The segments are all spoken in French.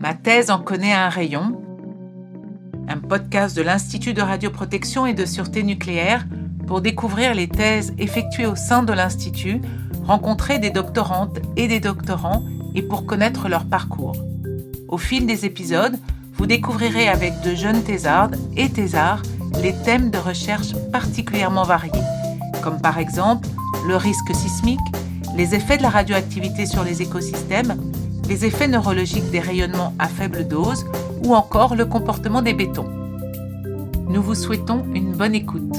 Ma thèse en connaît un rayon, un podcast de l'Institut de radioprotection et de sûreté nucléaire pour découvrir les thèses effectuées au sein de l'Institut, rencontrer des doctorantes et des doctorants et pour connaître leur parcours. Au fil des épisodes, vous découvrirez avec de jeunes thésardes et thésards les thèmes de recherche particulièrement variés, comme par exemple le risque sismique, les effets de la radioactivité sur les écosystèmes, les effets neurologiques des rayonnements à faible dose ou encore le comportement des bétons. Nous vous souhaitons une bonne écoute.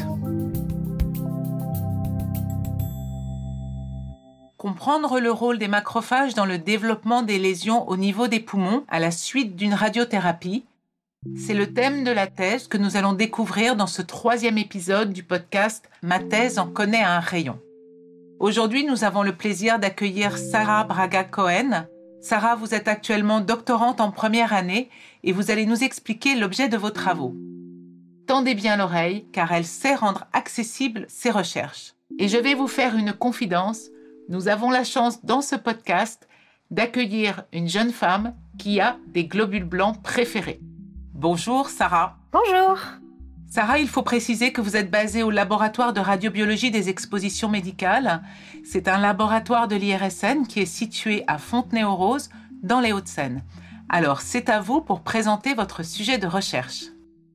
Comprendre le rôle des macrophages dans le développement des lésions au niveau des poumons à la suite d'une radiothérapie, c'est le thème de la thèse que nous allons découvrir dans ce 3e épisode du podcast « Ma thèse en connaît un rayon ». Aujourd'hui, nous avons le plaisir d'accueillir Sarah Braga-Cohen. Sarah, vous êtes actuellement doctorante en première année et vous allez nous expliquer l'objet de vos travaux. Tendez bien l'oreille car elle sait rendre accessibles ses recherches. Et je vais vous faire une confidence. Nous avons la chance dans ce podcast d'accueillir une jeune femme qui a des globules blancs préférés. Bonjour Sarah. Bonjour. Sarah, il faut préciser que vous êtes basée au laboratoire de radiobiologie des expositions médicales. C'est un laboratoire de l'IRSN qui est situé à Fontenay-aux-Roses, dans les Hauts-de-Seine. Alors, c'est à vous pour présenter votre sujet de recherche.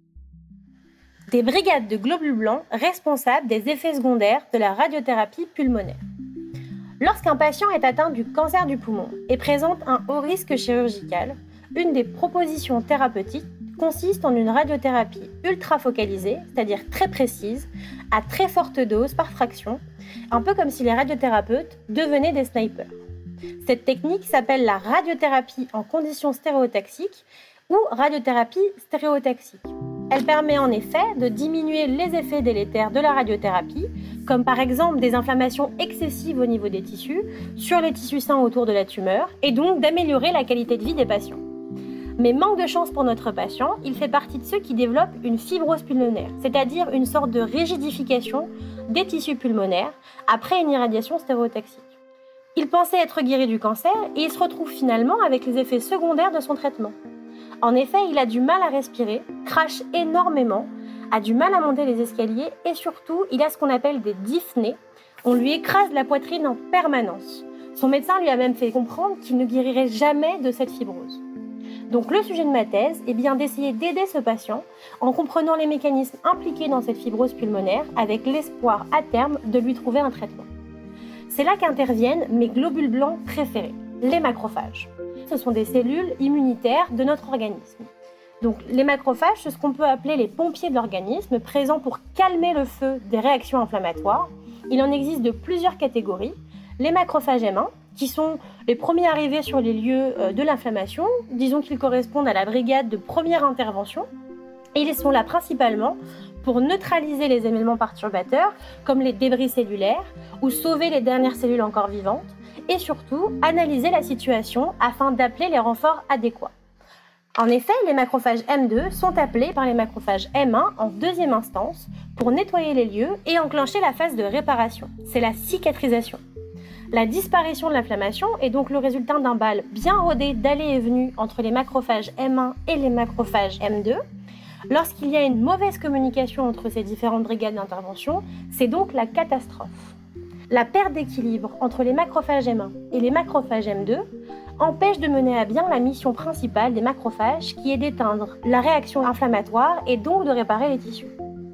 Des brigades de globules blancs responsables des effets secondaires de la radiothérapie pulmonaire. Lorsqu'un patient est atteint du cancer du poumon et présente un haut risque chirurgical, une des propositions thérapeutiques consiste en une radiothérapie ultra focalisée, c'est-à-dire très précise, à très forte dose par fraction, un peu comme si les radiothérapeutes devenaient des snipers. Cette technique s'appelle la radiothérapie en conditions stéréotaxiques ou radiothérapie stéréotaxique. Elle permet en effet de diminuer les effets délétères de la radiothérapie, comme par exemple des inflammations excessives au niveau des tissus, sur les tissus sains autour de la tumeur, et donc d'améliorer la qualité de vie des patients. Mais manque de chance pour notre patient, il fait partie de ceux qui développent une fibrose pulmonaire, c'est-à-dire une sorte de rigidification des tissus pulmonaires après une irradiation stéréotaxique. Il pensait être guéri du cancer et il se retrouve finalement avec les effets secondaires de son traitement. En effet, il a du mal à respirer, crache énormément, a du mal à monter les escaliers et surtout, il a ce qu'on appelle des dyspnées. On lui écrase la poitrine en permanence. Son médecin lui a même fait comprendre qu'il ne guérirait jamais de cette fibrose. Donc le sujet de ma thèse est bien d'essayer d'aider ce patient en comprenant les mécanismes impliqués dans cette fibrose pulmonaire avec l'espoir à terme de lui trouver un traitement. C'est là qu'interviennent mes globules blancs préférés, les macrophages. Ce sont des cellules immunitaires de notre organisme. Donc les macrophages, c'est ce qu'on peut appeler les pompiers de l'organisme, présents pour calmer le feu des réactions inflammatoires. Il en existe de plusieurs catégories. Les macrophages M1, qui sont les premiers arrivés sur les lieux de l'inflammation, disons qu'ils correspondent à la brigade de première intervention, et ils sont là principalement pour neutraliser les éléments perturbateurs, comme les débris cellulaires, ou sauver les dernières cellules encore vivantes, et surtout analyser la situation afin d'appeler les renforts adéquats. En effet, les macrophages M2 sont appelés par les macrophages M1 en deuxième instance pour nettoyer les lieux et enclencher la phase de réparation. C'est la cicatrisation. La disparition de l'inflammation est donc le résultat d'un bal bien rodé d'allées et venues entre les macrophages M1 et les macrophages M2. Lorsqu'il y a une mauvaise communication entre ces différentes brigades d'intervention, c'est donc la catastrophe. La perte d'équilibre entre les macrophages M1 et les macrophages M2 empêche de mener à bien la mission principale des macrophages qui est d'éteindre la réaction inflammatoire et donc de réparer les tissus.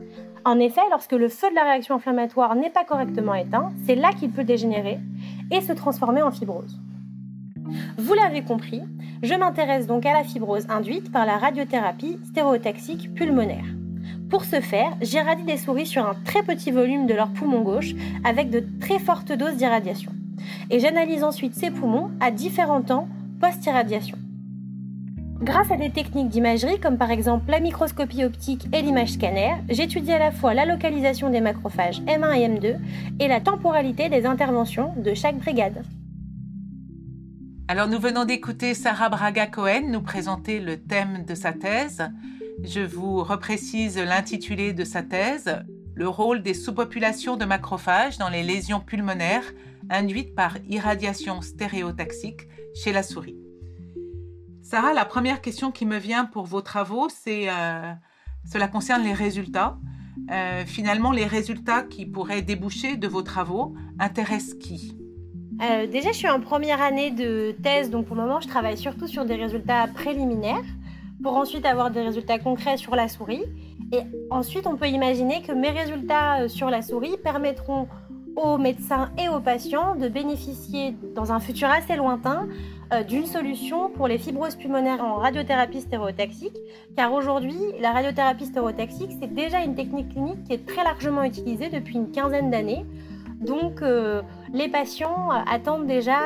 En effet, lorsque le feu de la réaction inflammatoire n'est pas correctement éteint, c'est là qu'il peut dégénérer et se transformer en fibrose. Vous l'avez compris, je m'intéresse donc à la fibrose induite par la radiothérapie stéréotaxique pulmonaire. Pour ce faire, j'irradie des souris sur un très petit volume de leur poumon gauche avec de très fortes doses d'irradiation. Et j'analyse ensuite ces poumons à différents temps post-irradiation. Grâce à des techniques d'imagerie comme par exemple la microscopie optique et l'image scanner, j'étudie à la fois la localisation des macrophages M1 et M2 et la temporalité des interventions de chaque brigade. Alors nous venons d'écouter Sarah Braga-Cohen nous présenter le thème de sa thèse. Je vous reprécise l'intitulé de sa thèse, le rôle des sous-populations de macrophages dans les lésions pulmonaires induites par irradiation stéréotaxique chez la souris. Sarah, la première question qui me vient pour vos travaux, cela concerne les résultats. Finalement, les résultats qui pourraient déboucher de vos travaux intéressent qui ? Déjà, je suis en première année de thèse, donc pour le moment, je travaille surtout sur des résultats préliminaires pour ensuite avoir des résultats concrets sur la souris. Et ensuite, on peut imaginer que mes résultats sur la souris permettront aux médecins et aux patients de bénéficier, dans un futur assez lointain, d'une solution pour les fibroses pulmonaires en radiothérapie stéréotaxique, car aujourd'hui, la radiothérapie stéréotaxique, c'est déjà une technique clinique qui est très largement utilisée depuis une quinzaine d'années. Donc, les patients attendent déjà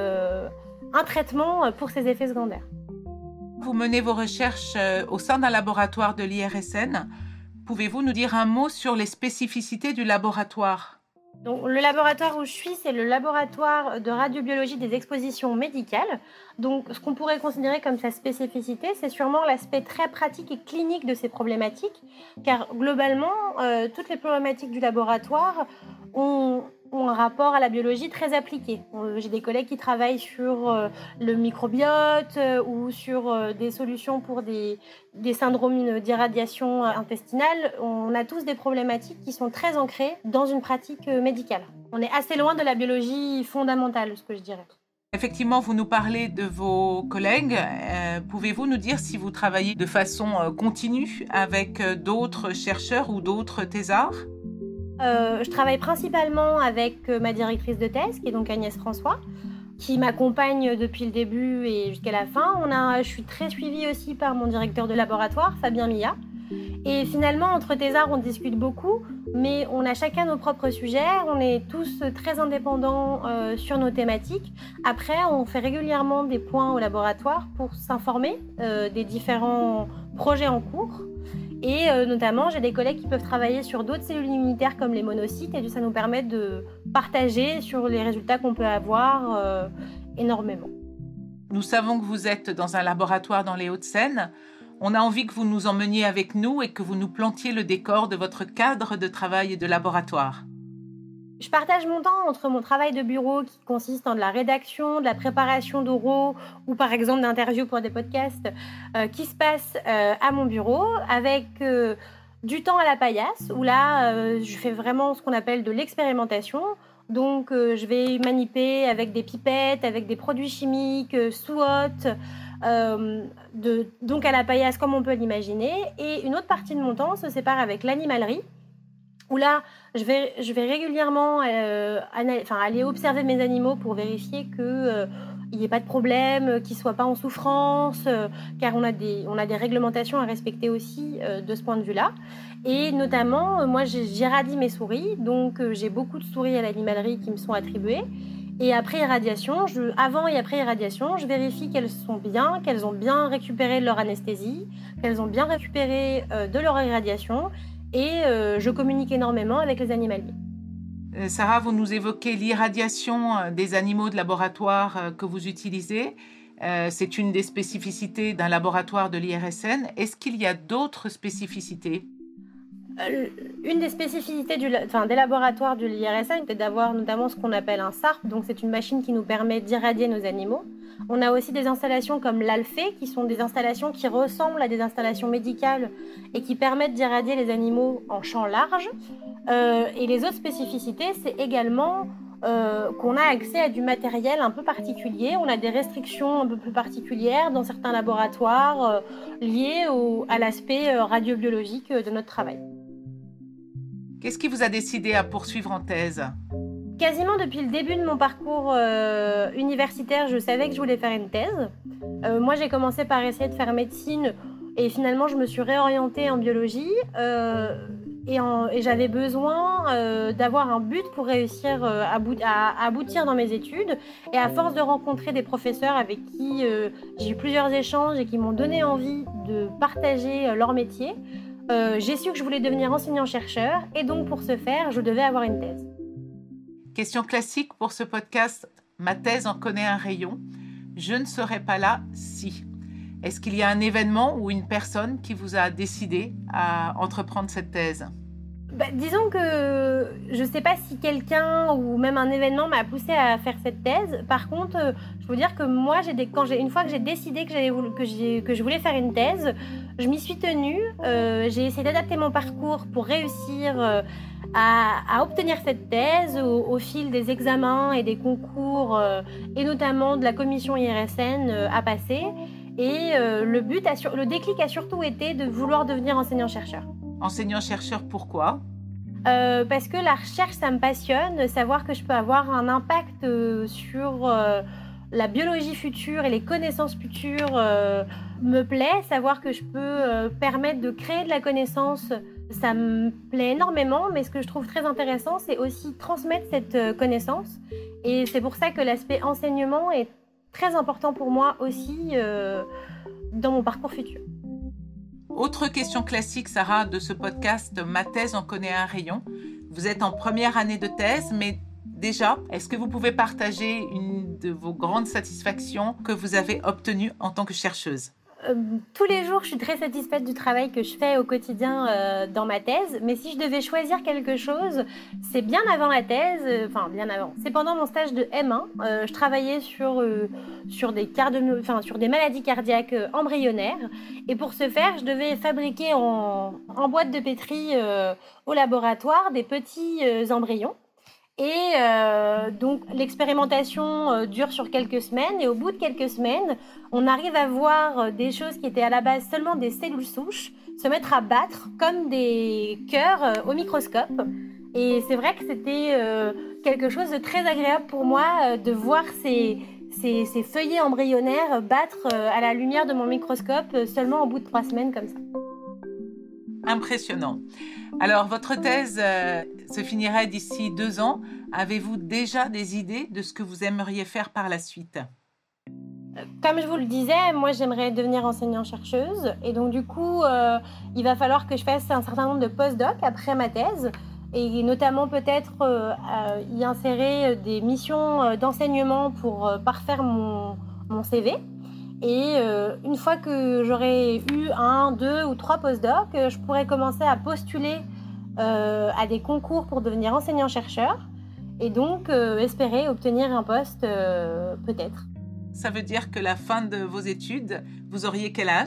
un traitement pour ces effets secondaires. Vous menez vos recherches au sein d'un laboratoire de l'IRSN. Pouvez-vous nous dire un mot sur les spécificités du laboratoire ? Donc, le laboratoire où je suis, c'est le laboratoire de radiobiologie des expositions médicales. Donc, ce qu'on pourrait considérer comme sa spécificité, c'est sûrement l'aspect très pratique et clinique de ces problématiques, car globalement, toutes les problématiques du laboratoire ont un rapport à la biologie très appliqué. J'ai des collègues qui travaillent sur le microbiote ou sur des solutions pour des syndromes d'irradiation intestinale. On a tous des problématiques qui sont très ancrées dans une pratique médicale. On est assez loin de la biologie fondamentale, ce que je dirais. Effectivement, vous nous parlez de vos collègues. Pouvez-vous nous dire si vous travaillez de façon continue avec d'autres chercheurs ou d'autres thésards ? Je travaille principalement avec ma directrice de thèse, qui est donc Agnès François, qui m'accompagne depuis le début et jusqu'à la fin. Je suis très suivie aussi par mon directeur de laboratoire, Fabien Millat. Et finalement, entre thésards, on discute beaucoup, mais on a chacun nos propres sujets. On est tous très indépendants sur nos thématiques. Après, on fait régulièrement des points au laboratoire pour s'informer des différents projets en cours. Et notamment, j'ai des collègues qui peuvent travailler sur d'autres cellules immunitaires comme les monocytes, et ça nous permet de partager sur les résultats qu'on peut avoir énormément. Nous savons que vous êtes dans un laboratoire dans les Hauts-de-Seine. On a envie que vous nous emmeniez avec nous et que vous nous plantiez le décor de votre cadre de travail et de laboratoire. Je partage mon temps entre mon travail de bureau qui consiste en de la rédaction, de la préparation d'oraux ou par exemple d'interviews pour des podcasts qui se passent à mon bureau avec du temps à la paillasse où là je fais vraiment ce qu'on appelle de l'expérimentation. Donc je vais maniper avec des pipettes, avec des produits chimiques sous haute, donc à la paillasse comme on peut l'imaginer. Et une autre partie de mon temps se sépare avec l'animalerie, où là, je vais régulièrement aller observer mes animaux pour vérifier qu'il n'y ait pas de problème, qu'ils ne soient pas en souffrance, car on a des réglementations à respecter aussi de ce point de vue-là. Et notamment, moi, j'irradie mes souris, donc j'ai beaucoup de souris à l'animalerie qui me sont attribuées. Et après irradiation, avant et après irradiation, je vérifie qu'elles sont bien, qu'elles ont bien récupéré leur anesthésie, qu'elles ont bien récupéré de leur irradiation. Et je communique énormément avec les animaliers. Sarah, vous nous évoquez l'irradiation des animaux de laboratoire que vous utilisez. C'est une des spécificités d'un laboratoire de l'IRSN. Est-ce qu'il y a d'autres spécificités ? Une des spécificités des laboratoires de l'IRSN, c'est d'avoir notamment ce qu'on appelle un SARP, donc c'est une machine qui nous permet d'irradier nos animaux. On a aussi des installations comme l'ALFE, qui sont des installations qui ressemblent à des installations médicales et qui permettent d'irradier les animaux en champ large. Et les autres spécificités, c'est également qu'on a accès à du matériel un peu particulier. On a des restrictions un peu plus particulières dans certains laboratoires liées à l'aspect radiobiologique de notre travail. Qu'est-ce qui vous a décidé à poursuivre en thèse ? Quasiment depuis le début de mon parcours universitaire, je savais que je voulais faire une thèse. Moi, j'ai commencé par essayer de faire médecine et finalement, je me suis réorientée en biologie et j'avais besoin d'avoir un but pour réussir à aboutir dans mes études. Et à force de rencontrer des professeurs avec qui j'ai eu plusieurs échanges et qui m'ont donné envie de partager leur métier, j'ai su que je voulais devenir enseignant-chercheur et donc pour ce faire, je devais avoir une thèse. Question classique pour ce podcast, ma thèse en connaît un rayon. Je ne serais pas là si. Est-ce qu'il y a un événement ou une personne qui vous a décidé à entreprendre cette thèse ? Disons que je ne sais pas si quelqu'un ou même un événement m'a poussée à faire cette thèse. Par contre, je veux dire que moi, une fois que j'ai décidé que je voulais faire une thèse, je m'y suis tenue. J'ai essayé d'adapter mon parcours pour réussir à obtenir cette thèse au fil des examens et des concours, et notamment de la commission IRSN à passer. Et le déclic a surtout été de vouloir devenir enseignant-chercheur. Enseignant-chercheur, pourquoi ? Parce que la recherche, ça me passionne. Savoir que je peux avoir un impact sur la biologie future et les connaissances futures me plaît. Savoir que je peux permettre de créer de la connaissance, ça me plaît énormément. Mais ce que je trouve très intéressant, c'est aussi transmettre cette connaissance. Et c'est pour ça que l'aspect enseignement est très important pour moi aussi dans mon parcours futur. Autre question classique, Sarah, de ce podcast « Ma thèse en connaît un rayon ». Vous êtes en première année de thèse, mais déjà, est-ce que vous pouvez partager une de vos grandes satisfactions que vous avez obtenues en tant que chercheuse ? Tous les jours, je suis très satisfaite du travail que je fais au quotidien dans ma thèse. Mais si je devais choisir quelque chose, c'est bien avant la thèse, bien avant. C'est pendant mon stage de M1. Je travaillais sur des maladies cardiaques embryonnaires. Et pour ce faire, je devais fabriquer en boîte de pétri au laboratoire des petits embryons. Et donc l'expérimentation dure sur quelques semaines et au bout de quelques semaines, on arrive à voir des choses qui étaient à la base seulement des cellules souches se mettre à battre comme des cœurs au microscope. Et c'est vrai que c'était quelque chose de très agréable pour moi de voir ces feuillets embryonnaires battre à la lumière de mon microscope seulement au bout de 3 semaines comme ça. Impressionnant. Alors, votre thèse se finirait d'ici 2 ans. Avez-vous déjà des idées de ce que vous aimeriez faire par la suite ? Comme je vous le disais, moi j'aimerais devenir enseignant-chercheuse. Et donc du coup, il va falloir que je fasse un certain nombre de post-doc après ma thèse. Et notamment peut-être y insérer des missions d'enseignement pour parfaire mon CV. Et une fois que j'aurai eu 1, 2 ou 3 post-docs, je pourrais commencer à postuler à des concours pour devenir enseignant-chercheur et donc espérer obtenir un poste peut-être. Ça veut dire que la fin de vos études, vous auriez quel âge ?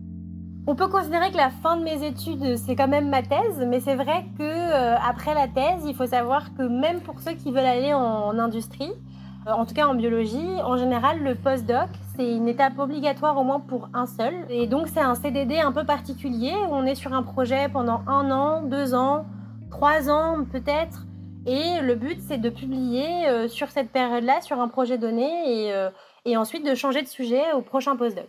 On peut considérer que la fin de mes études, c'est quand même ma thèse, mais c'est vrai qu'après la thèse, il faut savoir que même pour ceux qui veulent aller en industrie, en tout cas en biologie, en général, le post-doc, c'est une étape obligatoire au moins pour un seul. Et donc, c'est un CDD un peu particulier où on est sur un projet pendant 1 an, 2 ans, 3 ans peut-être. Et le but, c'est de publier sur cette période-là, sur un projet donné et ensuite de changer de sujet au prochain post-doc.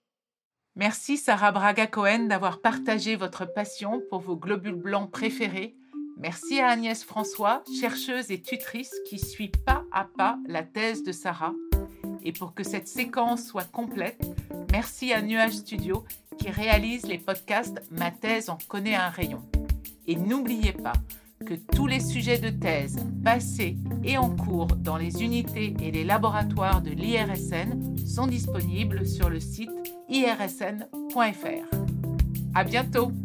Merci Sarah Braga-Cohen d'avoir partagé votre passion pour vos globules blancs préférés. Merci à Agnès François, chercheuse et tutrice qui suit pas à pas la thèse de Sarah. Et pour que cette séquence soit complète, merci à Nuage Studio qui réalise les podcasts « Ma thèse en connaît un rayon ». Et n'oubliez pas que tous les sujets de thèse passés et en cours dans les unités et les laboratoires de l'IRSN sont disponibles sur le site irsn.fr. À bientôt!